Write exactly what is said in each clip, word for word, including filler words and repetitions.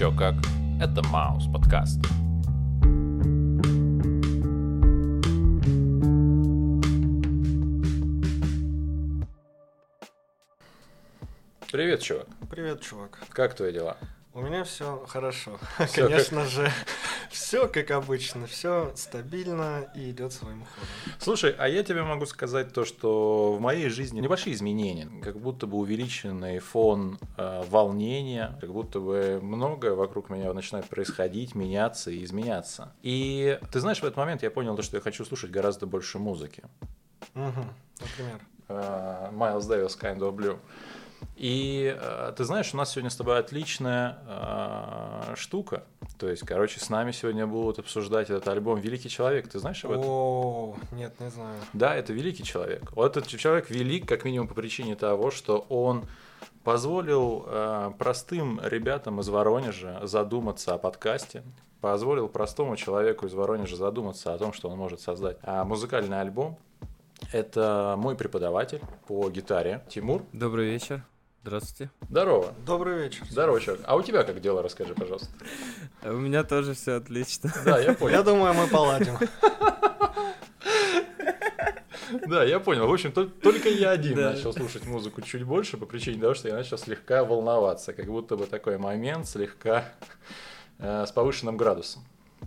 Чё как? Это Маус подкаст. Привет, чувак. Привет, чувак. Как твои дела? У меня все хорошо. Всё Конечно как... же, все как обычно, все стабильно и идет своим ходом. Слушай, а я тебе могу сказать то, что в моей жизни небольшие изменения, как будто бы увеличенный фон э, волнения, как будто бы многое вокруг меня начинает происходить, меняться и изменяться. И ты знаешь, в этот момент я понял то, что я хочу слушать гораздо больше музыки. Угу, например. Uh, Miles Davis, Kind of Blue. И э, ты знаешь, у нас сегодня с тобой отличная э, штука. То есть, короче, с нами сегодня будут обсуждать этот альбом «Великий человек». Ты знаешь об этом? О, нет, не знаю. Да, это великий человек. Вот этот человек велик, как минимум, по причине того, что он позволил э, простым ребятам из Воронежа задуматься о подкасте, позволил простому человеку из Воронежа задуматься о том, что он может создать э, музыкальный альбом. Это мой преподаватель по гитаре Тимур. Добрый вечер. Здравствуйте. Здорово. Добрый вечер. Здорово, чувак. А у тебя как дела, расскажи, пожалуйста. У меня тоже все отлично. Да, я понял. Я думаю, мы поладим. Да, я понял. В общем, только я один Да. начал слушать музыку чуть больше по причине того, что я начал слегка волноваться. Как будто бы такой момент слегка э, с повышенным градусом.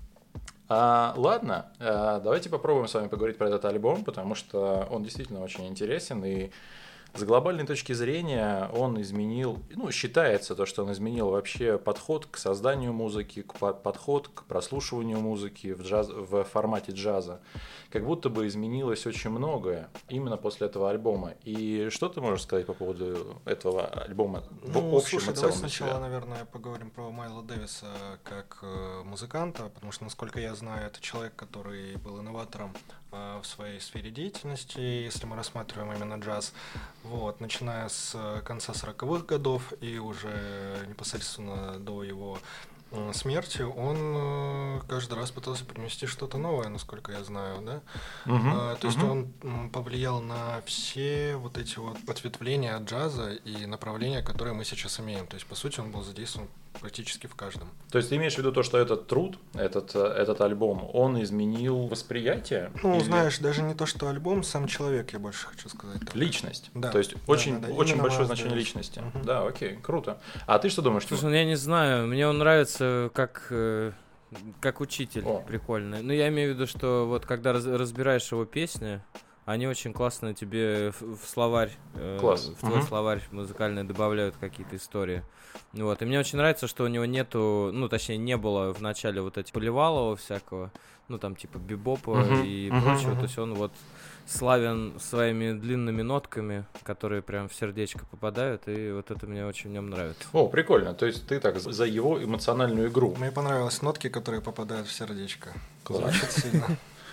А, ладно, а, давайте попробуем с вами поговорить про этот альбом, потому что он действительно очень интересен, и с глобальной точки зрения он изменил, ну, считается то, что он изменил вообще подход к созданию музыки, к по- подход к прослушиванию музыки в, джаз, в формате джаза. Как будто бы изменилось очень многое именно после этого альбома. И что ты можешь сказать по поводу этого альбома в Ну, общем слушай, и давай целом для себя? сначала, наверное, поговорим про Майла Дэвиса как э, музыканта, потому что, насколько я знаю, это человек, который был инноватором э, в своей сфере деятельности, если мы рассматриваем именно джаз, вот, начиная с конца сороковых годов и уже непосредственно до его э, смерти, он э, каждый раз пытался принести что-то новое, насколько я знаю, да? Мгм, А, то есть мгм. он м, повлиял на все вот эти вот ответвления джаза и направления, которые мы сейчас имеем. То есть, по сути, он был задействован практически в каждом. То есть ты имеешь в виду то, что этот труд, этот, э, этот альбом, он изменил восприятие? Ну, или знаешь, даже не то, что альбом, сам человек, я больше хочу сказать. так. Личность. Да. То есть Да, очень, да, да. очень Именно большое Miles значение Davis. личности. Мгм. Да, окей, круто. А ты что думаешь, Слушай, Тимур? ну я не знаю, мне он нравится как, э, как учитель О. прикольный. Ну я имею в виду, что вот когда раз- разбираешь его песни, они очень классно тебе в, в словарь, э, Класс. в твой Мгм. словарь музыкальный добавляют какие-то истории. Вот. И мне очень нравится, что у него нету, ну точнее не было в начале вот этих поливалого всякого, ну там типа бибопа Мгм, и мгм, прочего. мгм. То есть он вот славен своими длинными нотками, которые прям в сердечко попадают, и вот это мне очень в нем нравится. О, прикольно. То есть ты так за за его эмоциональную игру. Мне понравились нотки, которые попадают в сердечко. Класс. Звучит сильно.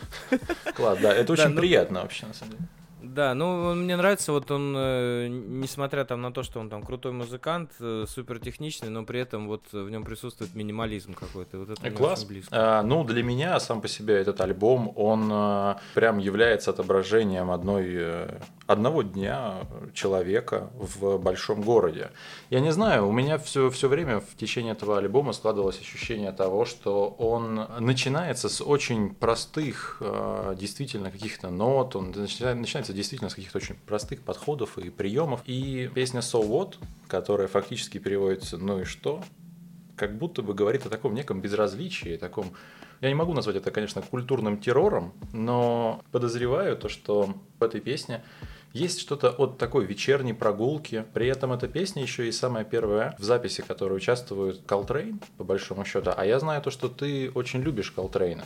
Класс, да, это Да, очень ну- приятно вообще, на самом деле. Да, ну он- мне нравится, вот он, э, несмотря там на то, что он там крутой музыкант, э, супер техничный, но при этом вот в нем присутствует минимализм какой-то. Вот это Э, мне Класс. очень близко. А, ну, для меня сам по себе этот альбом, он а, прям является отображением одной, э, одного дня человека в большом городе. Я не знаю, у меня все, все время в течение этого альбома складывалось ощущение того, что он начинается с очень простых, э, действительно, каких-то нот, он начинает- начинается действительно с каких-то очень простых подходов и приемов. И песня «So What», которая фактически переводится «Ну и что?», как будто бы говорит о таком неком безразличии, таком, я не могу назвать это, конечно, культурным террором, но подозреваю то, что в этой песне есть что-то от такой вечерней прогулки. При этом эта песня еще и самая первая в записи, в которой участвует Колтрейн, по большому счету. А я знаю то, что ты очень любишь Колтрейна.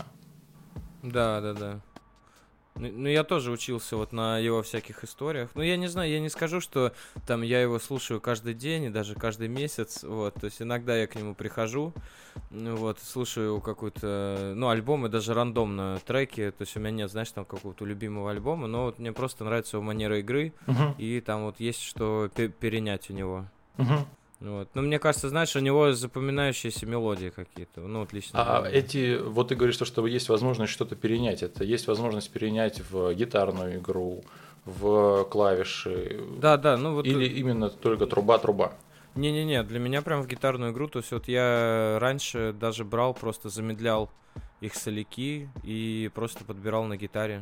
Да, да, да. Ну, ну, я тоже учился вот на его всяких историях. Ну, я не знаю, я не скажу, что там я его слушаю каждый день и даже каждый месяц, вот. То есть иногда я к нему прихожу, ну, вот, слушаю какой-то, ну, альбом и даже рандомно треки. То есть у меня нет, знаешь, там какого-то любимого альбома, но вот мне просто нравится его манера игры, и там вот есть что пе- перенять у него. Вот. Ну, мне кажется, знаешь, у него запоминающиеся мелодии какие-то. Ну, вот лично. А для меня. эти, вот ты говоришь, что есть возможность что-то перенять. Это есть возможность перенять в гитарную игру, в клавиши. Да, да, ну вот. Или именно только труба-труба. Не-не-не, для меня прям в гитарную игру, то есть вот я раньше даже брал, просто замедлял их соляки и просто подбирал на гитаре.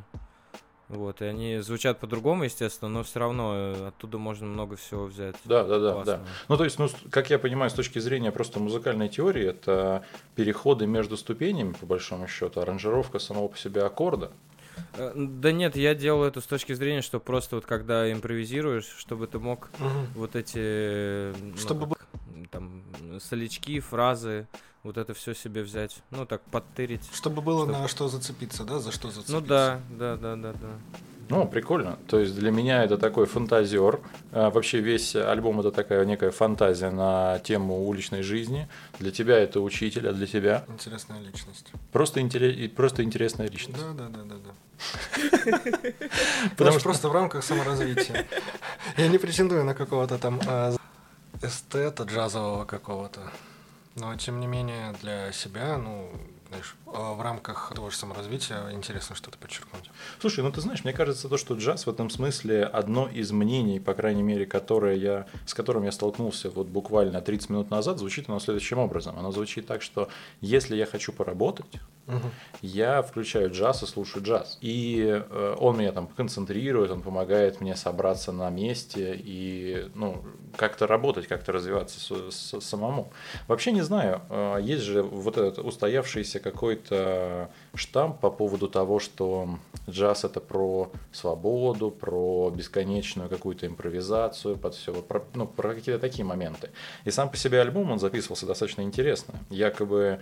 Вот, и они звучат по-другому, естественно, но все равно оттуда можно много всего взять. Да, да, да, классного. да. Ну, то есть, ну, как я понимаю, с точки зрения просто музыкальной теории, это переходы между ступенями, по большому счету, аранжировка самого по себе аккорда. Э, Да нет, я делаю это с точки зрения, что просто вот когда импровизируешь, чтобы ты мог Мгм. вот эти, ну, Чтобы как, там, солячки, фразы, вот это все себе взять, ну, так, подтырить. Чтобы было Чтобы- на что зацепиться, да, за что зацепиться. Ну да, да, да, да, да. Ну, прикольно. То есть для меня это такой фантазер. А, Вообще весь альбом это такая некая фантазия на тему уличной жизни. Для тебя это учитель, а для тебя Интересная личность. просто, интерес, просто интересная личность. Да, да, да, да, да. Потому Потому что- что просто в рамках саморазвития. Я не претендую на какого-то там а, эстета джазового какого-то. Но тем не менее для себя, ну, знаешь, а, в рамках того же саморазвития интересно что-то подчеркнуть. Слушай, ну ты знаешь, мне кажется, то, что джаз в этом смысле одно из мнений, по крайней мере, которое я, с которым я столкнулся вот буквально тридцать минут назад, звучит оно следующим образом. Оно звучит так, что если я хочу поработать, Мгм. я включаю джаз и слушаю джаз. И э, он меня там концентрирует, он помогает мне собраться на месте и ну, как-то работать, как-то развиваться с- с- самому. Вообще не знаю, э, есть же вот этот устоявшийся какой-то штамп по поводу того, что джаз это про свободу, про бесконечную какую-то импровизацию, под все, про, ну, про какие-то такие моменты. И сам по себе альбом он записывался достаточно интересно. Якобы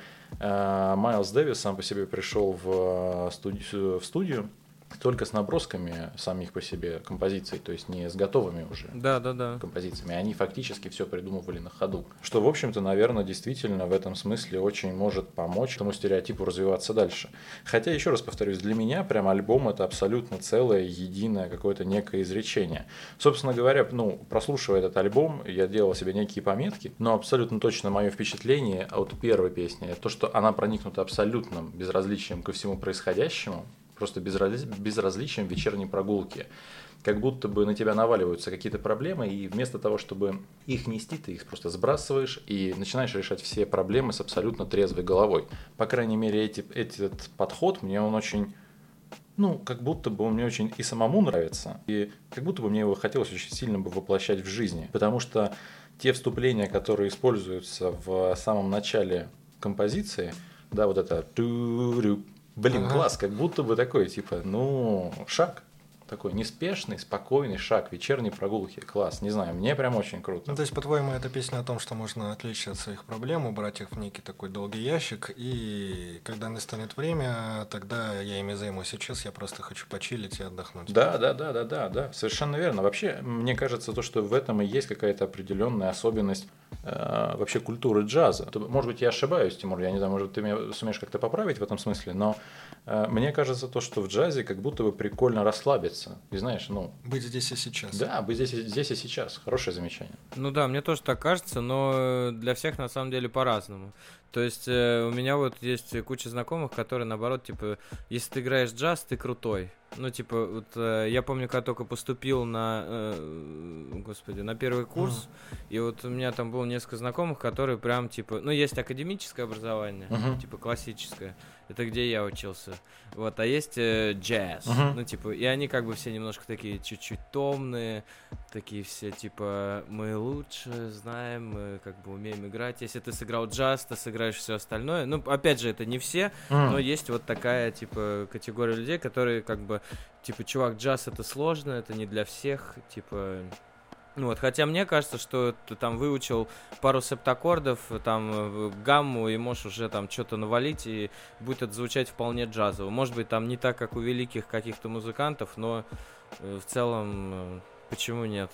э, Майлз Дэвис сам по себе пришел в студию, в студию только с набросками самих по себе композиций, то есть не с готовыми уже Да, да, да. композициями. Они фактически все придумывали на ходу. Что, в общем-то, наверное, действительно в этом смысле очень может помочь этому стереотипу развиваться дальше. Хотя, еще раз повторюсь, для меня прям альбом это абсолютно целое, единое какое-то некое изречение. Собственно говоря, ну, прослушивая этот альбом, я делал себе некие пометки, но абсолютно точно мое впечатление от первой песни, то, что она проникнута абсолютным безразличием ко всему происходящему, просто безразли... безразличием вечерней прогулки. Как будто бы на тебя наваливаются какие-то проблемы, и вместо того, чтобы их нести, ты их просто сбрасываешь и начинаешь решать все проблемы с абсолютно трезвой головой. По крайней мере, эти, этот подход, мне он очень, ну, как будто бы он мне очень и самому нравится, и как будто бы мне его хотелось очень сильно бы воплощать в жизни. Потому что те вступления, которые используются в самом начале композиции, да, вот это ту-рю, блин, Ага. класс, как будто бы такой, типа, ну, шаг. Такой неспешный, спокойный шаг вечерней прогулки. Класс, не знаю, мне прям очень круто. Ну, то есть, по-твоему, это песня о том, что можно отвлечься от своих проблем, убрать их в некий такой долгий ящик, и когда настанет время, тогда я ими займусь. Сейчас я просто хочу почилить и отдохнуть. Да, да, да, да, да, да, совершенно верно. Вообще, мне кажется, то, что в этом и есть какая-то определенная особенность э, вообще культуры джаза. То- Может быть, я ошибаюсь, Тимур, я не знаю, может, ты меня сумеешь как-то поправить в этом смысле, но э, мне кажется, то, что в джазе как будто бы прикольно расслабиться. И знаешь, ну, Быть здесь и сейчас. да, быть здесь, и- здесь и сейчас. Хорошее замечание. Ну да, мне тоже так кажется, но для всех на самом деле по-разному. То есть э, у меня вот есть куча знакомых, которые наоборот, типа, если ты играешь джаз, ты крутой. Ну, типа, вот э, я помню, когда только поступил на, э, господи, на первый курс, и вот у меня там было несколько знакомых, которые прям, типа, ну, есть академическое образование, Мгм. типа, классическое, это где я учился, вот, а есть э, джаз, Мгм. ну, типа, и они как бы все немножко такие чуть-чуть томные, такие все, типа, мы лучше знаем, мы как бы умеем играть, если ты сыграл джаз, ты сыграешь все остальное, ну, опять же, это не все, М. но есть вот такая, типа, категория людей, которые, как бы, типа, чувак, джаз это сложно, это не для всех, типа... Ну вот, хотя мне кажется, что ты там выучил пару септаккордов, там, э, гамму, и можешь уже там что-то навалить, и будет это звучать вполне джазово. Может быть, там не так, как у великих каких-то музыкантов, но э, в целом, э, почему нет?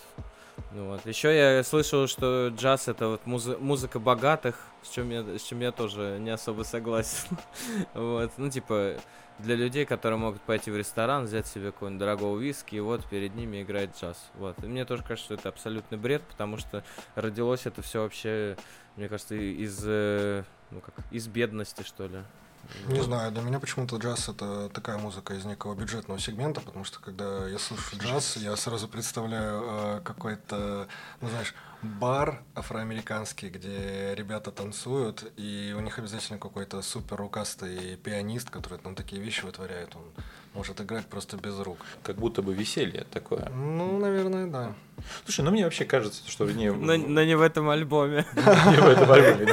Ну вот. Еще я слышал, что джаз это вот музы- музыка богатых, с чем я, с чем я тоже не особо согласен. Вот. Ну, типа, для людей, которые могут пойти в ресторан, взять себе какой-нибудь дорогого виски, и вот перед ними играет джаз. Вот. И мне тоже кажется, что это абсолютный бред, потому что родилось это все вообще, мне кажется, и- из, э, ну, как, из бедности, что ли. Не знаю, для меня почему-то джаз — это такая музыка из некого бюджетного сегмента, потому что когда я слушаю джаз, я сразу представляю э, какой-то, ну знаешь, бар афроамериканский, где ребята танцуют, и у них обязательно какой-то супер рукастый пианист, который там такие вещи вытворяет, он может играть просто без рук. Как будто бы веселье такое. Ну, наверное, да. Слушай, ну мне вообще кажется, что не... Но, но не в этом альбоме. Не в этом альбоме,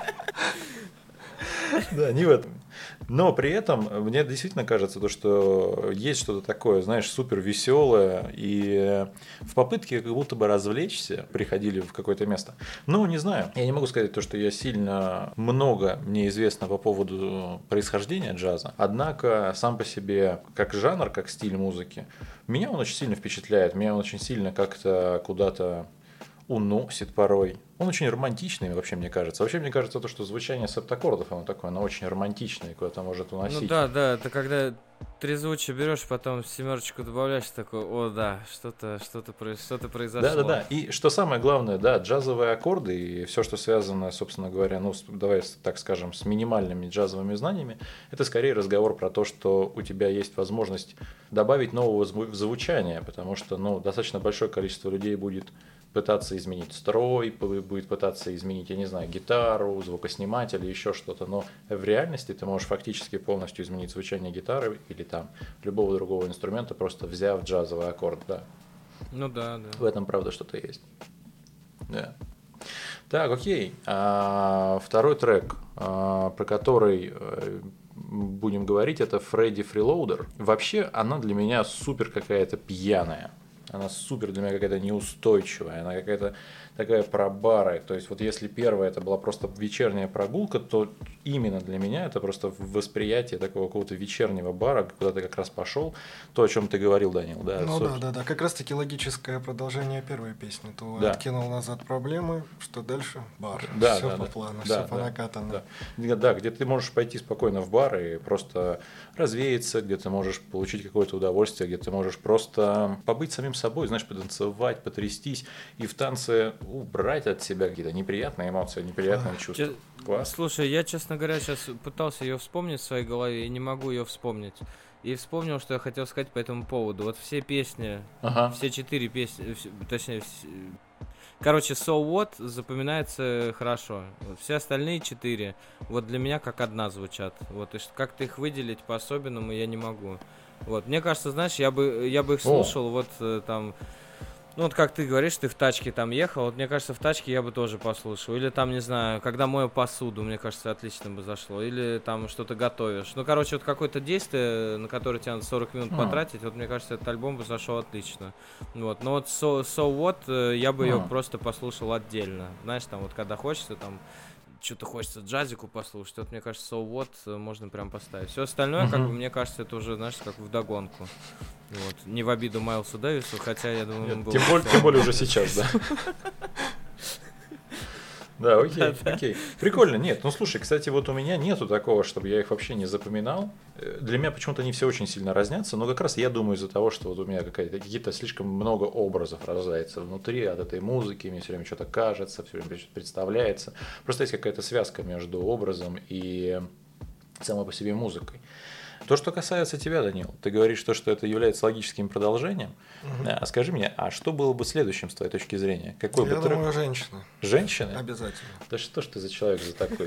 да, не в этом. Но при этом мне действительно кажется, то, что есть что-то такое, знаешь, супер веселое, и в попытке как будто бы развлечься приходили в какое-то место. Ну, не знаю, я не могу сказать то, что я сильно много мне известно по поводу происхождения джаза, однако сам по себе, как жанр, как стиль музыки, меня он очень сильно впечатляет, меня он очень сильно как-то куда-то уносит порой. Он очень романтичный, вообще, мне кажется. Вообще, мне кажется, то, что звучание септаккордов, оно такое, оно очень романтичное, куда-то может уносить. Ну да, да, это когда трезвучие берешь, потом семерочку добавляешь, такой, о да, что-то, что-то, что-то произошло. Да, да, да. И что самое главное, да, джазовые аккорды и все, что связано, собственно говоря, ну, давай так скажем, с минимальными джазовыми знаниями, это скорее разговор про то, что у тебя есть возможность добавить нового звучания, потому что, ну, достаточно большое количество людей будет пытаться изменить строй, будет пытаться изменить, я не знаю, гитару, звукосниматель или еще что-то, но в реальности ты можешь фактически полностью изменить звучание гитары или там любого другого инструмента, просто взяв джазовый аккорд, да. Ну да, да. В этом, правда, что-то есть. Да. Так, окей. А, второй трек, а, про который будем говорить, это Фредди Фрилоудер. Вообще, она для меня супер какая-то пьяная. Она супер для меня какая-то неустойчивая, она какая-то такая пробарая. То есть вот если первая это была просто вечерняя прогулка, то именно для меня это просто восприятие такого какого-то вечернего бара, куда ты как раз пошел, то, о чем ты говорил, Данил. Да, ну да, да, да, как раз таки логическое продолжение первой песни. Ты да. откинул назад проблемы, что дальше? Бар. Да, все да, по да, плану, да, все да, по накатанной. Да. да, где ты можешь пойти спокойно в бар и просто развеяться, где ты можешь получить какое-то удовольствие, где ты можешь просто побыть самим собой, знаешь, потанцевать, потрястись и в танце убрать от себя какие-то неприятные эмоции, неприятные а, чувства. Че... Класс. Слушай, я, честно говоря, сейчас пытался ее вспомнить в своей голове и не могу ее вспомнить. И вспомнил, что я хотел сказать по этому поводу. Вот все песни, ага. все четыре песни, точнее, все... короче, So What запоминается хорошо. Вот все остальные четыре, вот для меня как одна звучат. Вот, и как-то их выделить по-особенному я не могу. Вот, мне кажется, знаешь, я бы, я бы их слушал, О. вот там... Ну, вот как ты говоришь, ты в тачке там ехал, вот мне кажется, в тачке я бы тоже послушал. Или там, не знаю, когда мою посуду, мне кажется, отлично бы зашло. Или там что-то готовишь. Ну, короче, вот какое-то действие, на которое тебе надо сорок минут mm. потратить, вот мне кажется, этот альбом бы зашел отлично. Вот. Но вот So, so What, я бы mm. ее просто послушал отдельно. Знаешь, там вот когда хочется, там, что-то хочется джазику послушать, вот мне кажется, So What можно прям поставить. Все остальное, mm-hmm. как бы, мне кажется, это уже, знаешь, как вдогонку. Вот. Не в обиду Майлсу Дэвису, хотя, я думаю, Нет, он был... Тем более, тем более уже сейчас, да. Да, окей, окей. Прикольно. Нет, ну слушай, кстати, вот у меня нету такого, чтобы я их вообще не запоминал. Для меня почему-то они все очень сильно разнятся, но как раз я думаю из-за того, что вот у меня какая-то, какие-то слишком много образов рождается внутри от этой музыки, мне все время что-то кажется, все время что-то представляется. Просто есть какая-то связка между образом и самой по себе музыкой. То, что касается тебя, Данил, ты говоришь, то, что это является логическим продолжением. Угу. А скажи мне, а что было бы следующим с твоей точки зрения? Какой Я бы думаю, трек... женщина. Женщина? Обязательно. Да что ж ты за человек за такой?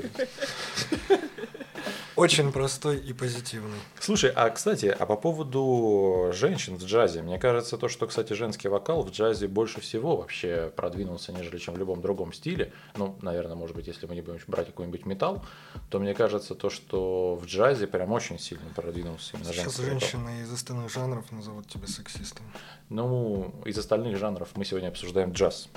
Очень простой и позитивный. Слушай, а, кстати, а по поводу женщин в джазе, мне кажется, то, что, кстати, женский вокал в джазе больше всего вообще продвинулся, нежели чем в любом другом стиле. Ну, наверное, может быть, если мы не будем брать какой-нибудь металл, то мне кажется, то, что в джазе прям очень сильно продвинулся именно Сейчас женский женщины вокал. из остальных жанров назовут тебя сексистом. Ну, из остальных жанров мы сегодня обсуждаем джаз.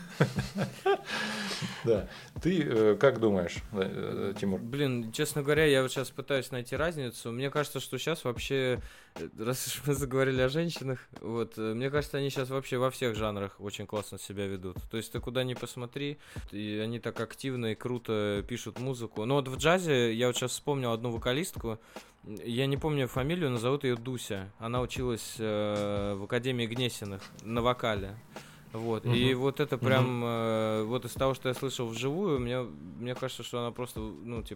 Да. Ты как думаешь, Тимур? Блин, честно говоря, я вот сейчас пытаюсь найти разницу. Мне кажется, что сейчас вообще, раз уж мы заговорили о женщинах, вот, мне кажется, они сейчас вообще во всех жанрах очень классно себя ведут. То есть ты куда ни посмотри, и они так активно и круто пишут музыку. Но вот в джазе я вот сейчас вспомнил одну вокалистку. Я не помню фамилию, но зовут ее Дуся. Она училась э, в Академии Гнесиных на вокале. Вот. Uh-huh. И вот это прям, uh-huh. э, вот из того, что я слышал вживую, мне, мне кажется, что она просто, ну, типа,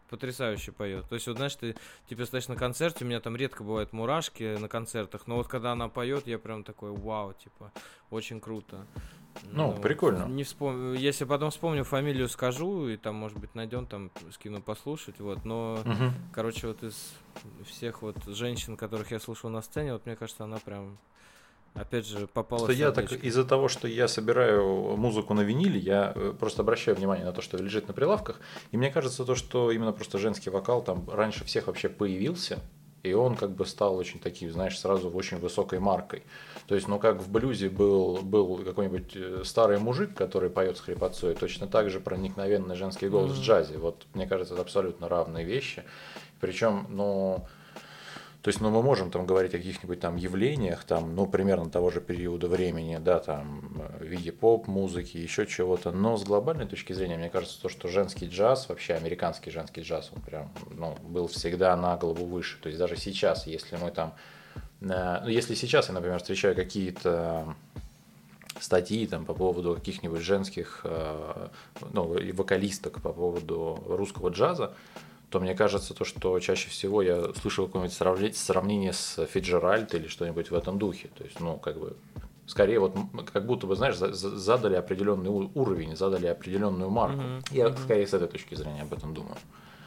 потрясающе поет. То есть, вот знаешь, ты типа стоишь на концерте, у меня там редко бывают мурашки на концертах, но вот когда она поет, я прям такой, вау, типа, очень круто. Ну, Ну, прикольно. Не вспом... Если потом вспомню фамилию, скажу, и там, может быть, найдем, там, скину послушать, вот, но, Мгм. короче, вот из всех вот женщин, которых я слушал на сцене, вот мне кажется, она прям, опять же, попала Просто в я так, сердечко. из-за того, что я собираю музыку на виниле, я э, просто обращаю внимание на то, что лежит на прилавках, и мне кажется, то, что именно просто женский вокал там раньше всех вообще появился, и он как бы стал очень таким, знаешь, сразу очень высокой маркой. То есть, ну как в блюзе был, был какой-нибудь э, старый мужик, который поет с хрипотцой, точно так же проникновенный женский голос в Мгм. джазе. Вот мне кажется, это абсолютно равные вещи. Причем, ну, то есть, ну, мы можем там говорить о каких-нибудь там явлениях, там, ну, примерно того же периода времени, да, там, э, в виде поп-музыки, еще чего-то, но с глобальной точки зрения, мне кажется, то, что женский джаз, вообще американский женский джаз, он прям, ну, был всегда на голову выше. То есть, даже сейчас, если мы там, э, ну, если сейчас я, например, встречаю какие-то статьи там по поводу каких-нибудь женских, э, ну, и вокалисток по поводу русского джаза, то мне кажется, то, что чаще всего я слышу какое-нибудь сравнение, сравнение с Фиджеральд или что-нибудь в этом духе. То есть, ну, как бы, скорее вот м, как будто бы, знаешь, за- за- задали определенный у- уровень, задали определенную марку. Мгм, Я мгм. скорее с этой точки зрения об этом думаю.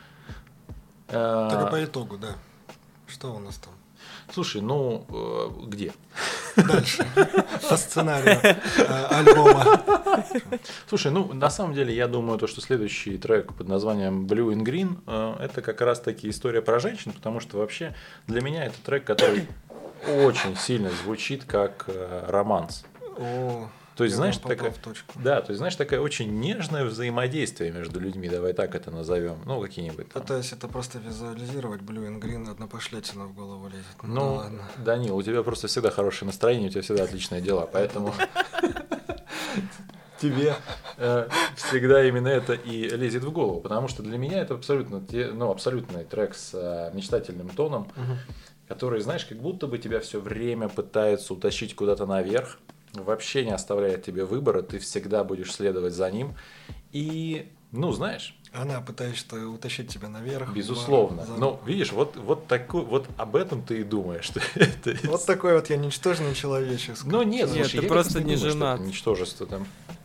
Так и Э, по итогу, да. Что у нас там? Слушай, ну, э, где? Дальше. По сценарию э, альбома. Слушай, ну, на самом деле, я думаю, то, что следующий трек под названием Blue and Green, э, это как раз-таки история про женщин, потому что вообще для меня это трек, который очень сильно звучит как э, романс. О, То есть, я знаешь, прям попал такая, в точку. да, то есть, знаешь, такое очень нежное взаимодействие между людьми, давай так это назовем, ну, какие-нибудь там. Пытаюсь это просто визуализировать, Blue and Green, одна пошлятина в голову лезет. Ну, Ну, да ладно. Данил, у тебя просто всегда хорошее настроение, у тебя всегда отличные дела, поэтому тебе э, всегда именно это и лезет в голову, потому что для меня это абсолютно, те- ну, абсолютный трек с э, мечтательным тоном, Мгм. который, знаешь, как будто бы тебя все время пытается утащить куда-то наверх, вообще не оставляет тебе выбора, ты всегда будешь следовать за ним. И, ну, знаешь, Она пытается утащить тебя наверх. безусловно. в бар, Но за- видишь, вот, вот, такой, вот об этом ты и думаешь. Что это... Вот такой вот я ничтожный человеческий. Ну нет, Нет, слушай, ты я просто как раз не думаю, что женат. это ничтожество там.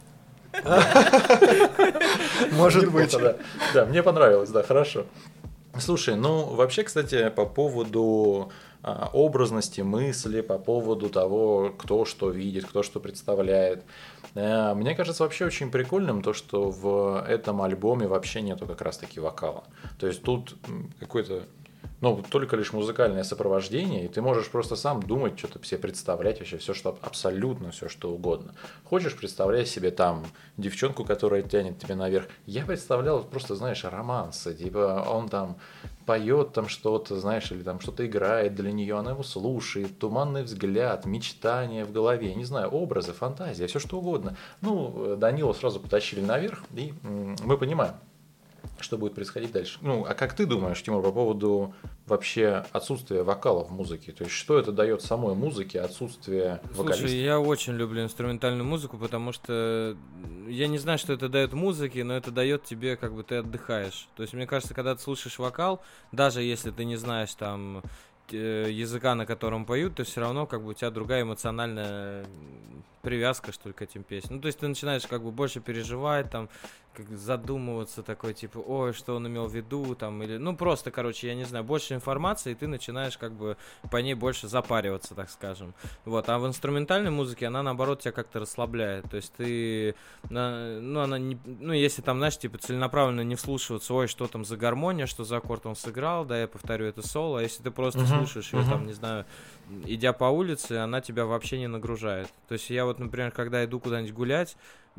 Может Неплохо, быть. Да. Да, мне понравилось, да, хорошо. Слушай, ну вообще, кстати, по поводу а, образности мысли, по поводу того, кто что видит, кто что представляет. э, Мне кажется вообще очень прикольным то, что в этом альбоме вообще нету как раз-таки вокала. То есть тут м, какой-то, ну, только лишь музыкальное сопровождение, и ты можешь просто сам думать, что-то себе представлять, вообще все, что абсолютно все, что угодно. Хочешь, представляй себе там девчонку, которая тянет тебя наверх. Я представлял просто, знаешь, романсы, типа он там поет там что-то, знаешь, или там что-то играет для нее, она его слушает, туманный взгляд, мечтания в голове, не знаю, образы, фантазия, все что угодно. Ну, Данила сразу потащили наверх, и м, мы понимаем, что будет происходить дальше. Ну, а как ты думаешь, Тимур, по поводу вообще отсутствия вокала в музыке? То есть, что это дает самой музыке, отсутствие Слушай, вокалиста? я очень люблю инструментальную музыку, потому что я не знаю, что это дает музыке, но это дает тебе, как бы ты отдыхаешь. То есть, мне кажется, когда ты слушаешь вокал, даже если ты не знаешь там э, языка, на котором поют, то все равно как бы у тебя другая эмоциональная привязка, что ли, к этим песням. Ну, то есть ты начинаешь как бы больше переживать, там, как задумываться такой, типа, ой, что он имел в виду, там, или, ну, просто, короче, я не знаю, больше информации, и ты начинаешь как бы по ней больше запариваться, так скажем. Вот, а в инструментальной музыке она, наоборот, тебя как-то расслабляет, то есть ты, на- ну, она, не, ну, если там, знаешь, типа, целенаправленно не вслушиваться, ой, что там за гармония, что за аккорд он сыграл, да, я повторю это соло, а если ты просто Мгм, слушаешь ее, мгм. там, не знаю, идя по улице, она тебя вообще не нагружает. То есть я вот, например, когда иду куда-нибудь гулять,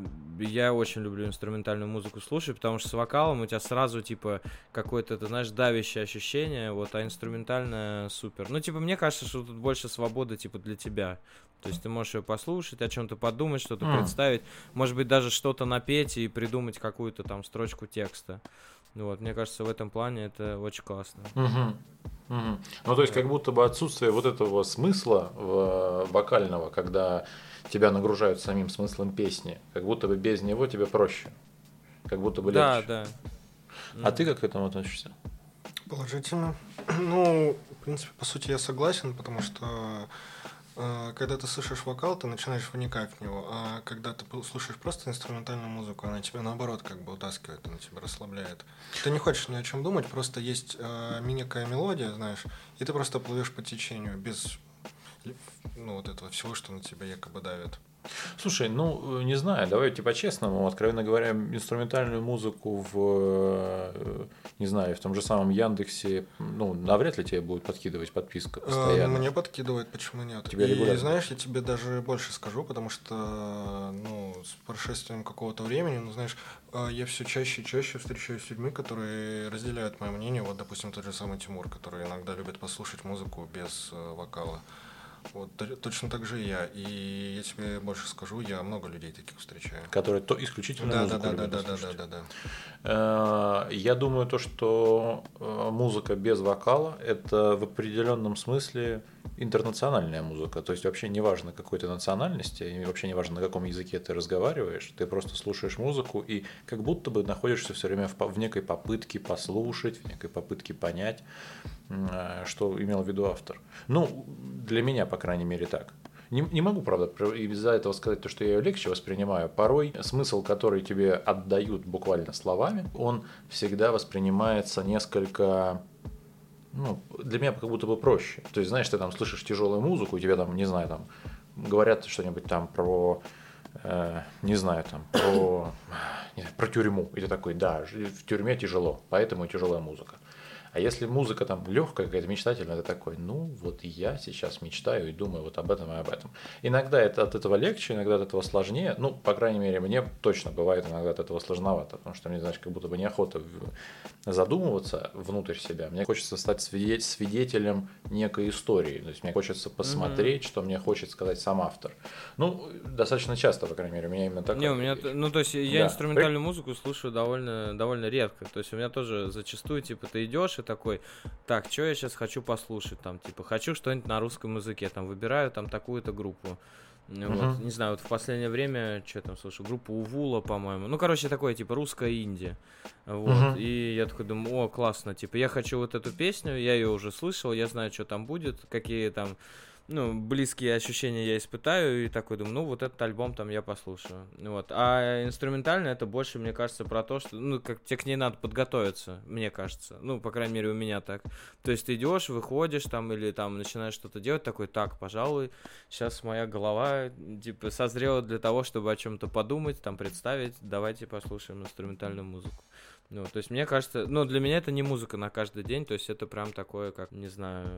я очень люблю инструментальную музыку слушать, потому что с вокалом у тебя сразу, типа, какое-то, ты знаешь, давящее ощущение, вот, а инструментальная супер. Ну, типа, мне кажется, что тут больше свободы, типа, для тебя. То есть ты можешь ее послушать, о чем-то подумать, что-то М. представить, может быть, даже что-то напеть и придумать какую-то там строчку текста. Вот, мне кажется, в этом плане это очень классно. Мгм, мгм. Ну, то есть, как будто бы отсутствие вот этого смысла в- вокального, когда тебя нагружают самим смыслом песни, как будто бы без него тебе проще, как будто бы Да, легче. да. Mm. А ты как к этому относишься? Положительно. Ну, в принципе, по сути, я согласен, потому что э, когда ты слышишь вокал, ты начинаешь вникать в него, а когда ты слушаешь просто инструментальную музыку, она тебя наоборот как бы утаскивает, она тебя расслабляет. Ты не хочешь ни о чем думать, просто есть э, некая мелодия, знаешь, и ты просто плывешь по течению без ну, вот этого всего, что на тебя якобы давит. Слушай, ну, не знаю, давайте по-честному, откровенно говоря, инструментальную музыку в, не знаю, в том же самом Яндексе, ну, навряд ли тебе будет подкидывать подписка постоянно. Мне подкидывает, почему нет? Тебя и регулярно. Знаешь, я тебе даже больше скажу, потому что, ну, с прошествием какого-то времени, ну, знаешь, я все чаще и чаще встречаюсь с людьми, которые разделяют мое мнение, вот, допустим, тот же самый Тимур, который иногда любит послушать музыку без вокала. Вот, точно так же и я. И я тебе больше скажу, я много людей таких встречаю. Которые то исключительно да, музыку да, любят да, да, послушать. да, да, да, да. Я думаю, то, что музыка без вокала – это в определенном смысле интернациональная музыка. То есть вообще не важно какой ты национальности, и вообще не важно, на каком языке ты разговариваешь, ты просто слушаешь музыку и как будто бы находишься все время в, в некой попытке послушать, в некой попытке понять, что имел в виду автор. Ну, для меня, по крайней мере, так. Не, не могу, правда, из-за этого сказать то, что я ее легче воспринимаю. Порой смысл, который тебе отдают буквально словами, он всегда воспринимается несколько... Ну, для меня как будто бы проще. То есть, знаешь, ты там слышишь тяжелую музыку, и тебе там, не знаю, там говорят что-нибудь там про, э, не знаю, там, про, не знаю, про тюрьму. И ты такой, да, в тюрьме тяжело, поэтому и тяжелая музыка. А если музыка там легкая, какая-то мечтательная, ты такой, ну вот я сейчас мечтаю и думаю вот об этом и об этом. Иногда это от этого легче, иногда от этого сложнее. Ну, по крайней мере, мне точно бывает иногда от этого сложновато, потому что мне, знаешь, как будто бы неохота задумываться внутрь себя. Мне хочется стать свидетелем некой истории. То есть мне хочется посмотреть, mm-hmm. что мне хочет сказать сам автор. Ну, достаточно часто, по крайней мере, у меня именно такое. Не, у меня, ну, то есть я да. инструментальную музыку слушаю довольно, довольно редко. То есть у меня тоже зачастую, типа, ты идешь и такой, так, что я сейчас хочу послушать, там, типа, хочу что-нибудь на русском языке, там, выбираю там такую-то группу. Uh-huh. Вот, не знаю, вот в последнее время, что там слушаю, группу Увула, по-моему. Ну, короче, такое, типа, русская инди. Вот, uh-huh. и я такой думаю, о, классно, типа, я хочу вот эту песню, я ее уже слышал, я знаю, что там будет, какие там, ну, близкие ощущения я испытаю, и такой думаю, ну, вот этот альбом там я послушаю. Вот. А инструментально это больше, мне кажется, про то, что, ну, как тебе к ней надо подготовиться, мне кажется. Ну, по крайней мере, у меня так. То есть ты идешь, выходишь там, или там начинаешь что-то делать, такой, так, пожалуй, сейчас моя голова, типа, созрела для того, чтобы о чем-то подумать, там, представить, давайте послушаем инструментальную музыку. Ну, то есть, мне кажется, ну, для меня это не музыка на каждый день, то есть, это прям такое, как, не знаю,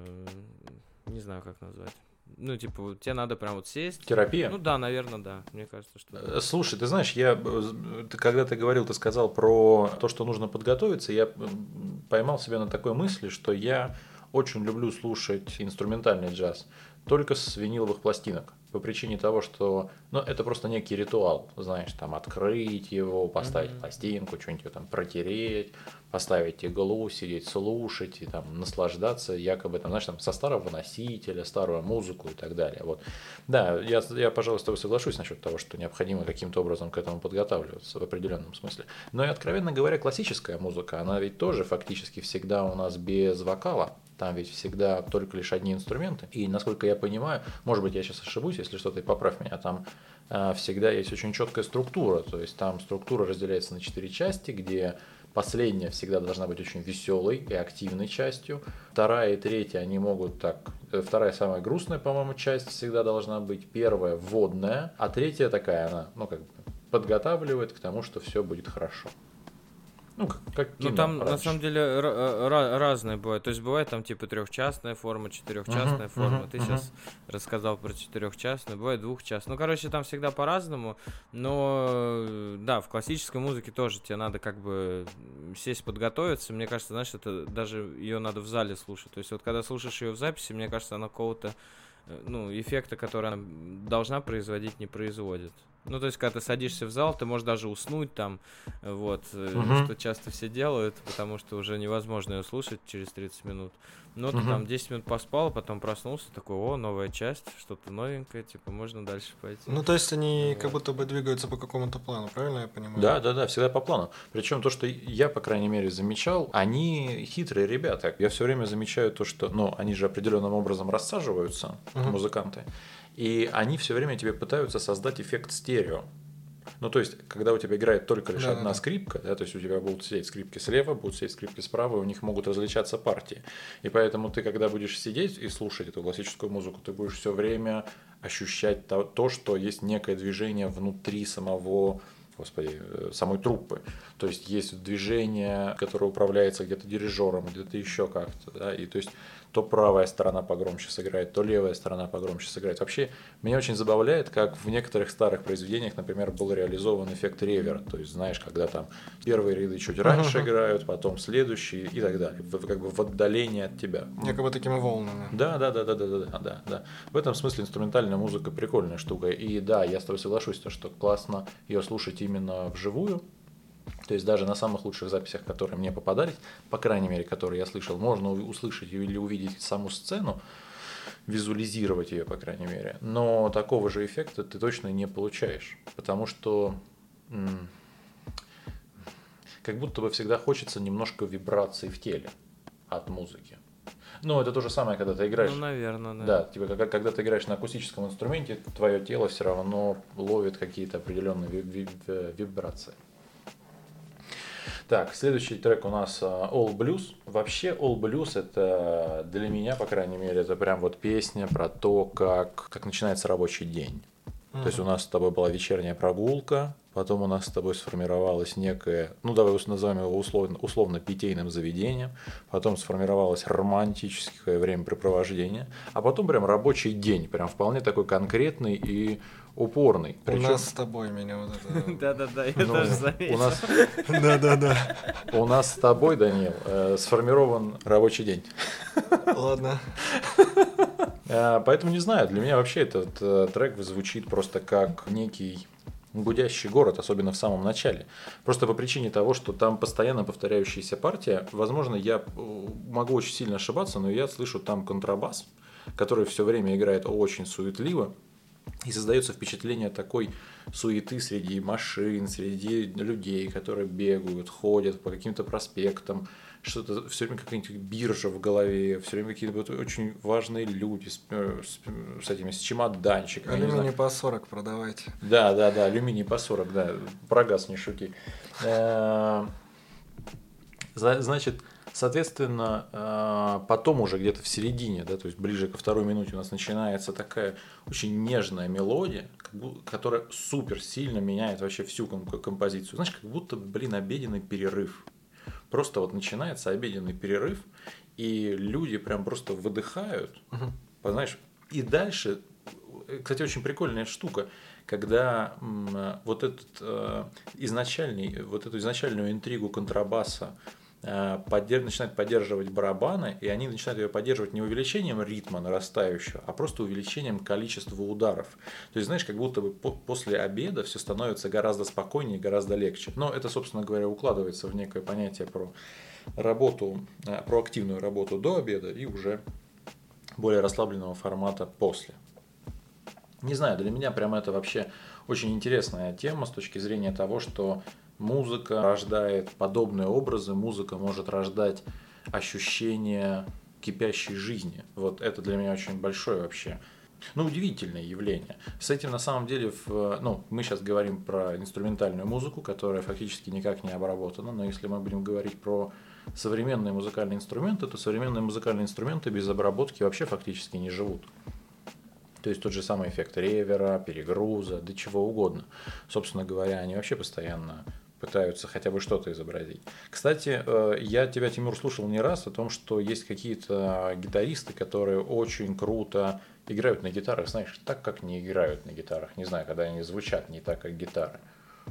не знаю, как назвать. Ну, типа, тебе надо прям вот сесть. Терапия? Ну, да, наверное, да, мне кажется, что... Слушай, ты знаешь, я, ты, когда ты говорил, ты сказал про то, что нужно подготовиться, я поймал себя на такой мысли, что я очень люблю слушать инструментальный джаз только с виниловых пластинок. По причине того, что, ну, это просто некий ритуал, знаешь, там, открыть его, поставить mm-hmm. пластинку, что-нибудь ее там протереть, поставить иглу, сидеть, слушать и там наслаждаться якобы, там, знаешь, там, со старого носителя, старую музыку и так далее. Вот. Да, я, я, пожалуй, с тобой соглашусь насчет того, что необходимо каким-то образом к этому подготавливаться в определенном смысле. Но и, откровенно говоря, классическая музыка, она ведь тоже фактически всегда у нас без вокала. Там ведь всегда только лишь одни инструменты. И, насколько я понимаю, может быть, я сейчас ошибусь, если что-то, и поправь меня, там э, всегда есть очень четкая структура. То есть там структура разделяется на четыре части, где последняя всегда должна быть очень веселой и активной частью. Вторая и третья, они могут так... Вторая самая грустная, по-моему, часть всегда должна быть. Первая вводная, а третья такая, она, ну, как бы подготавливает к тому, что все будет хорошо. Ну, как, как ну там раньше. На самом деле р- р- разные бывают. То есть бывает там типа трехчастная форма, четырехчастная uh-huh, форма. Uh-huh, Ты uh-huh. сейчас рассказал про четырехчастную, бывает двухчастную. Ну, короче, там всегда по-разному. Но да, в классической музыке тоже тебе надо как бы сесть, подготовиться. Мне кажется, знаешь, это даже ее надо в зале слушать. То есть вот когда слушаешь ее в записи, мне кажется, она какого-то ну, эффекта, который она должна производить, не производит. Ну, то есть, когда ты садишься в зал, ты можешь даже уснуть там, вот, Мгм. что часто все делают, потому что уже невозможно ее слушать через тридцать минут. Ну, ты Мгм. там десять минут поспал, потом проснулся, такой, о, новая часть, что-то новенькое, типа, можно дальше пойти. Ну, то есть они Вот. как будто бы двигаются по какому-то плану, правильно я понимаю? Да, да, да, всегда по плану. Причем то, что я, по крайней мере, замечал, они хитрые ребята. Я все время замечаю то, что, ну, они же определенным образом рассаживаются, Мгм. музыканты, и они все время тебе пытаются создать эффект стерео. Ну, то есть, когда у тебя играет только лишь Да-да-да. одна скрипка, да, то есть у тебя будут сидеть скрипки слева, будут сидеть скрипки справа, и у них могут различаться партии. И поэтому ты, когда будешь сидеть и слушать эту классическую музыку, ты будешь все время ощущать то, то, что есть некое движение внутри самого, господи, э, самой труппы. То есть есть движение, которое управляется где-то дирижером, где-то еще как-то, да, и то есть то правая сторона погромче сыграет, то левая сторона погромче сыграет. Вообще, меня очень забавляет, как в некоторых старых произведениях, например, был реализован эффект ревера. То есть, знаешь, когда там первые ряды чуть раньше играют, потом следующие и так далее. В- Как бы в отдалении от тебя. Якобы такими волнами. Да, да, да, да, да, да, да, да, да. В этом смысле инструментальная музыка прикольная штука. И да, я с тобой соглашусь, то, что классно ее слушать именно вживую. То есть даже на самых лучших записях, которые мне попадались, по крайней мере, которые я слышал, можно у- услышать или увидеть саму сцену, визуализировать ее, по крайней мере. Но такого же эффекта ты точно не получаешь. Потому что м, как будто бы всегда хочется немножко вибраций в теле от музыки. Ну, это то же самое, когда ты играешь. Ну, наверное, да. Да, типа, как- когда ты играешь на акустическом инструменте, твое тело все равно ловит какие-то определенные ви- ви- э, вибрации. Так, следующий трек у нас а, All Blues. Вообще All Blues это для меня, по крайней мере, это прям вот песня про то, как, как начинается рабочий день. То есть у нас с тобой была вечерняя прогулка, потом у нас с тобой сформировалось некое, ну давай ус- назовем его условно, условно питейным заведением, потом сформировалось романтическое времяпрепровождение, а потом прям рабочий день, прям вполне такой конкретный и упорный. У Причем нас с тобой меня вот это... Да-да-да, я ну, тоже заметил. у нас Да-да-да. у нас с тобой, Данил, э, сформирован рабочий день. Ладно. Э, Поэтому не знаю, для меня вообще этот э, трек звучит просто как некий гудящий город, особенно в самом начале. Просто по причине того, что там постоянно повторяющаяся партия. Возможно, я э, могу очень сильно ошибаться, но я слышу там контрабас, который все время играет очень суетливо. И создается впечатление такой суеты среди машин, среди людей, которые бегают, ходят по каким-то проспектам, что-то все время какая-нибудь биржа в голове, все время какие-то вот очень важные люди с, э, с- с этими с чемоданчиками. я не знаю. Алюминий по сорок продавайте. Да, да, да, алюминий по сорок, да, про газ не шути. Э, за- Значит, соответственно, э, потом уже где-то в середине, да, то есть ближе ко второй минуте у нас начинается такая очень нежная мелодия, как бу- которая супер сильно меняет вообще всю ком- композицию. Знаешь, как будто, блин, обеденный перерыв. Просто вот начинается обеденный перерыв, и люди прям просто выдыхают, знаешь, и дальше, э, кстати, очень прикольная штука, когда м, вот этот э, изначальный, вот эту изначальную интригу контрабаса э, поддерж- начинают поддерживать барабаны, и они начинают ее поддерживать не увеличением ритма нарастающего, а просто увеличением количества ударов. То есть, знаешь, как будто бы по- после обеда все становится гораздо спокойнее, гораздо легче. Но это, собственно говоря, укладывается в некое понятие про работу, э, про активную работу до обеда и уже более расслабленного формата после. Не знаю, для меня прям это вообще очень интересная тема с точки зрения того, что музыка рождает подобные образы, музыка может рождать ощущение кипящей жизни. Вот это для меня очень большое вообще, ну, удивительное явление. С этим на самом деле, в, ну, мы сейчас говорим про инструментальную музыку, которая фактически никак не обработана, но если мы будем говорить про современные музыкальные инструменты, то современные музыкальные инструменты без обработки вообще фактически не живут. То есть тот же самый эффект ревера, перегруза, да чего угодно. Собственно говоря, они вообще постоянно пытаются хотя бы что-то изобразить. Кстати, э, я тебя, Тимур, слушал не раз о том, что есть какие-то гитаристы, которые очень круто играют на гитарах, знаешь, так, как не играют на гитарах. Не знаю, когда они звучат не так, как гитары.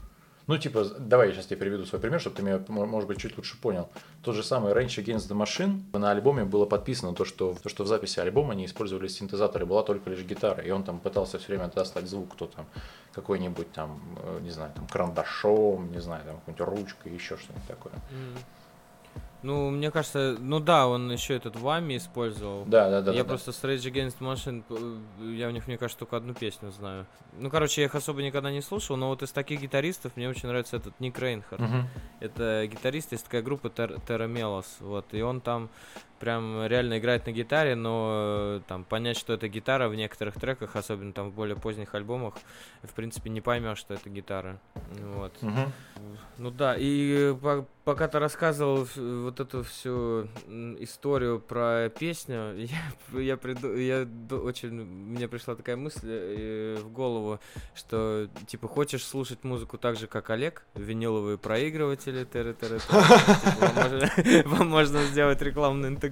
Ну, типа, давай я сейчас тебе приведу свой пример, чтобы ты меня, может быть, чуть лучше понял. Тот же самый Rage Against the Machine, на альбоме было подписано то, что, то, что в записи альбома не использовали синтезаторы, была только лишь гитара. И он там пытался все время достать звук, кто там, какой-нибудь там, не знаю, там, карандашом, не знаю, там, какой-нибудь ручкой, еще что-нибудь такое. Mm. Ну, мне кажется, ну да, он еще этот Вами использовал. Да, да, да. Я да, просто да. с Rage Against the Machine, я у них, мне кажется, только одну песню знаю. Ну, короче, я их особо никогда не слушал, но вот из таких гитаристов мне очень нравится этот Ник Рейнхард. Угу. Это гитарист, есть такая группа Ter- Terra Melos, вот, и он там прям реально играет на гитаре, но там понять, что это гитара в некоторых треках, особенно там в более поздних альбомах, в принципе, не поймешь, что это гитара. Вот. Угу. Ну да, и по- пока ты рассказывал вот эту всю историю про песню, я, я, приду, я очень, мне пришла такая мысль э, в голову, что типа хочешь слушать музыку так же, как Олег, виниловые проигрыватели, т.р. Вам можно сделать рекламную интеграцию.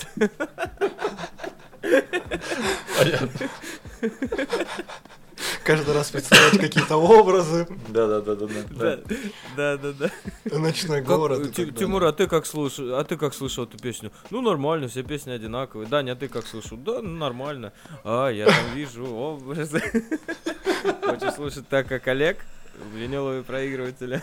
Понятно. Каждый раз представлять какие-то образы. Да, да, да, да, да. Да, да, да. Ночной город. Тимур, а ты как слушал, а ты как слышал эту песню? Ну нормально, все песни одинаковые. Даня, а ты как слышал? Да, ну нормально. А, я там вижу образы. Хочешь слушать так, как Олег? Виниловые проигрыватели.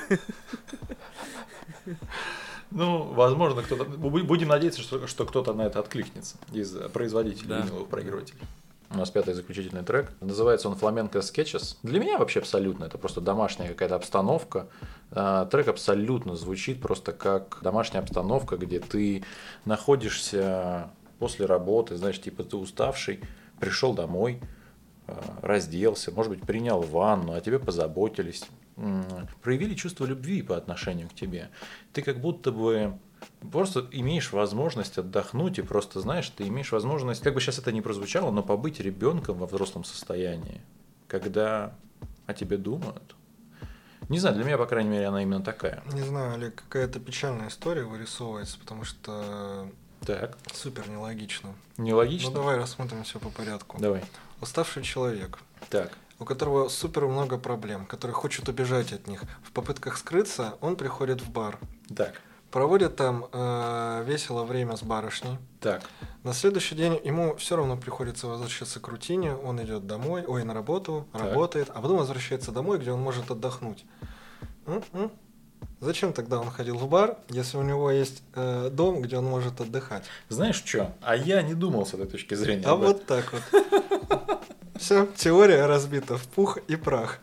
Ну, возможно, кто-то. Будем надеяться, что, что кто-то на это откликнется из производителей да. виниловых проигрывателей. У нас пятый заключительный трек. Называется он Flamenco Sketches. Для меня вообще абсолютно. Это просто домашняя какая-то обстановка. Трек абсолютно звучит просто как домашняя обстановка, где ты находишься после работы, знаешь, типа ты уставший, пришел домой, разделся, может быть, принял ванну, о тебе позаботились, проявили чувство любви по отношению к тебе. Ты как будто бы просто имеешь возможность отдохнуть и просто, знаешь, ты имеешь возможность, как бы сейчас это ни прозвучало, но побыть ребенком во взрослом состоянии, когда о тебе думают. Не знаю, для меня, по крайней мере, она именно такая. Не знаю, Олег, какая-то печальная история вырисовывается, потому что так. супер нелогично. Нелогично? Ну давай рассмотрим все по порядку. Давай. Уставший человек. Так. У которого супер много проблем, который хочет убежать от них. В попытках скрыться он приходит в бар. Так. Проводит там э, весело время с барышней. Так. На следующий день ему все равно приходится возвращаться к рутине. Он идет домой, ой, на работу, так. работает, а потом возвращается домой, где он может отдохнуть. М-м? Зачем тогда он ходил в бар, если у него есть э, дом, где он может отдыхать? Знаешь что? А я не думал с этой точки зрения. А вот так вот. Все, теория разбита в пух и прах.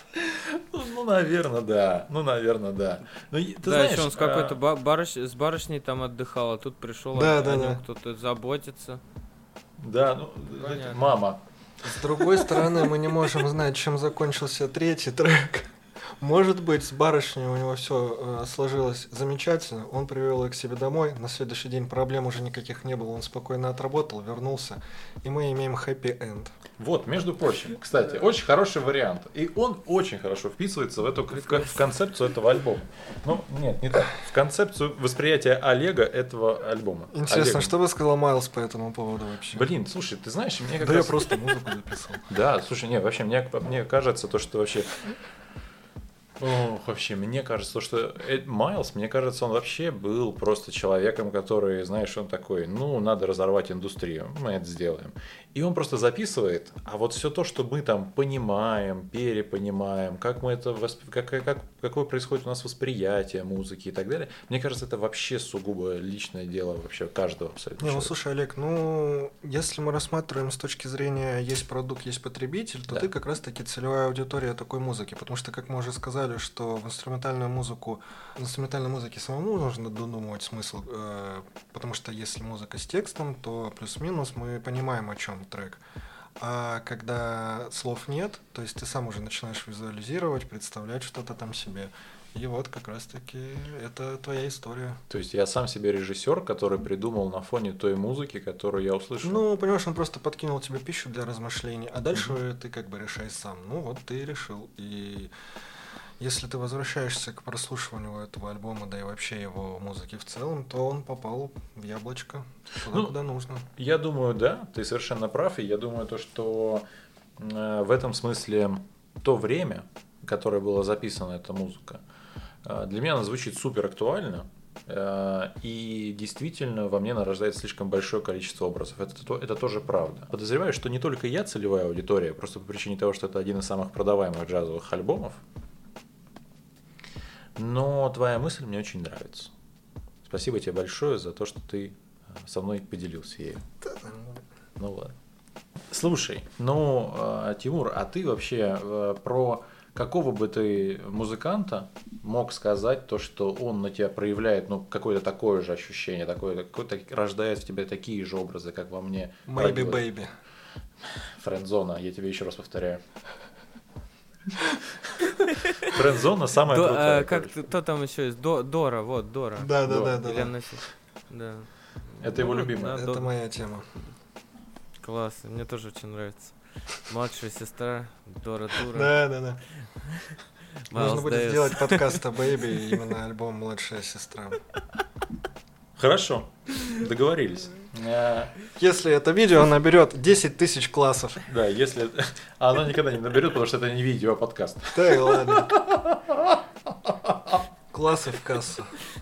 Ну, ну, наверное, да. Ну, наверное, да. Но, ты да, знаешь, еще он с какой-то а... барыш... с барышней там отдыхал, а тут пришел да, о, да, о да. нем кто-то заботится. Да, ну, знаете, мама. С другой стороны, мы не можем знать, чем закончился третий трек. Может быть, с барышней у него все э, сложилось замечательно, он привел ее к себе домой, на следующий день проблем уже никаких не было, он спокойно отработал, вернулся, и мы имеем хэппи-энд. Вот, между прочим, кстати, очень хороший вариант, и он очень хорошо вписывается в эту в, в концепцию этого альбома. Ну, нет, не так, в концепцию восприятия Олега этого альбома. Интересно, Олега. Что бы сказал Майлз по этому поводу вообще? Блин, слушай, ты знаешь, мне как да раз... я просто музыку записал. Да, слушай, нет, вообще, мне, мне кажется, то, что вообще... Ох, вообще, мне кажется, что Майлз, мне кажется, он вообще был просто человеком, который, знаешь, он такой, ну, надо разорвать индустрию, мы это сделаем. И он просто записывает, а вот все то, что мы там понимаем, перепонимаем, как мы это, восп... как, как, какое происходит у нас восприятие музыки и так далее, мне кажется, это вообще сугубо личное дело вообще каждого абсолютно. Не, ну, человека. слушай, Олег, ну, если мы рассматриваем с точки зрения есть продукт, есть потребитель, то да. ты как раз-таки целевая аудитория такой музыки, потому что, как мы уже сказали, что в инструментальную музыку, в инструментальной музыке самому нужно додумывать смысл, э, потому что если музыка с текстом, то плюс-минус мы понимаем, о чем трек. А когда слов нет, то есть ты сам уже начинаешь визуализировать, представлять что-то там себе. И вот как раз-таки это твоя история. То есть я сам себе режиссер, который придумал на фоне той музыки, которую я услышал. Ну, понимаешь, он просто подкинул тебе пищу для размышлений, а дальше mm-hmm. ты как бы решай сам. Ну вот ты решил. И если ты возвращаешься к прослушиванию этого альбома, да и вообще его музыки в целом, то он попал в яблочко туда, ну, куда нужно. Я думаю, да, ты совершенно прав, и я думаю, то, что э, в этом смысле то время, которой была записана эта музыка, для меня она звучит супер актуально. И действительно во мне нарождается слишком большое количество образов. Это, это тоже правда. Подозреваю, что не только я целевая аудитория, просто по причине того, что это один из самых продаваемых джазовых альбомов. Но твоя мысль мне очень нравится. Спасибо тебе большое за то, что ты со мной поделился ею. Ну ладно. Слушай, ну, Тимур, а ты вообще про какого бы ты музыканта мог сказать то, что он на тебя проявляет, ну, какое-то такое же ощущение, такое, какое-то, рождает в тебе такие же образы, как во мне? Maybe Baby. Френдзона, я тебе еще раз повторяю. Френдзона самая До, крутая. а, как кто там еще есть? До, Дора, вот, Дора. Да, да, да, да. да. да. Это его любимая. Это До... моя тема. Класс, мне тоже очень нравится. Младшая сестра, Дора Дура. Да, да, да. Нужно будет Дэвис. сделать подкаст о Бэйби, именно альбом «Младшая сестра». Хорошо, договорились. Если это видео наберет десять тысяч классов. Да, если... А оно никогда не наберет, потому что это не видео, а подкаст. Да и ладно. Классы в кассу.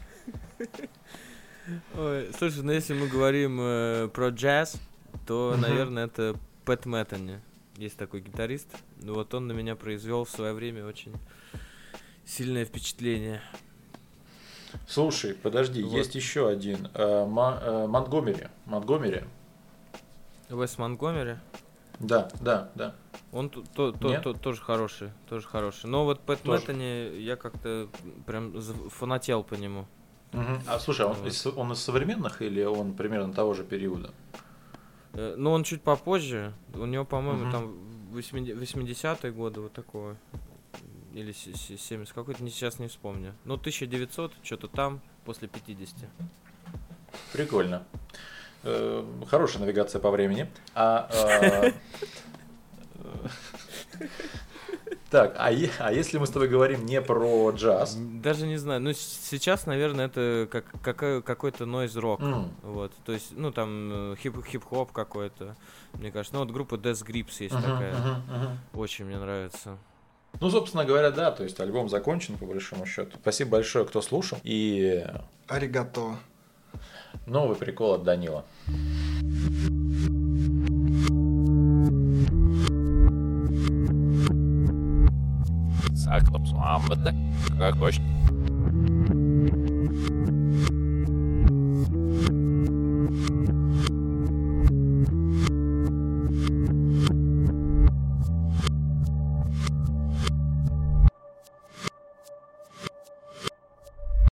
Ой, слушай, ну если мы говорим э, про джаз, то, Мгм. наверное, это Пэт Мэттани. Есть такой гитарист. Ну вот он на меня произвел в свое время очень сильное впечатление. Слушай, подожди, Вот. есть еще один. Э, Ма- э, Монтгомери. Монтгомери. Уэс Монтгомери. Да, да, да. Он то, то, то- Нет? то- тоже хороший, тоже хороший. Но вот Пэт Тоже. Мэттани, я как-то прям за- фанател по нему. Мгм. А слушай, а он Вот. из, он из современных или он примерно того же периода? Э, Ну, он чуть попозже. У него, по-моему, Мгм. там восьмидесятые годы, вот такое. Или семьдесят, какой-то не- сейчас не вспомню. Ну, тысяча девятьсот, что-то там, после пятидесяти. Прикольно. Э, Хорошая навигация по времени. А, э, Так, а, е- а если мы с тобой говорим не про джаз? Даже не знаю. Ну, с- сейчас, наверное, это как, какой- какой-то нойз-рок. М, Вот. То есть, ну, там э, хип- хип-хоп какой-то, мне кажется. Ну, вот группа Death Grips есть мгм, такая. мгм, мгм. Очень мне нравится. Ну, собственно говоря, да, то есть альбом закончен, по большому счету. Спасибо большое, кто слушал. И Аригато. новый прикол от Данила. Saklapsvām, bet ne kā košķi.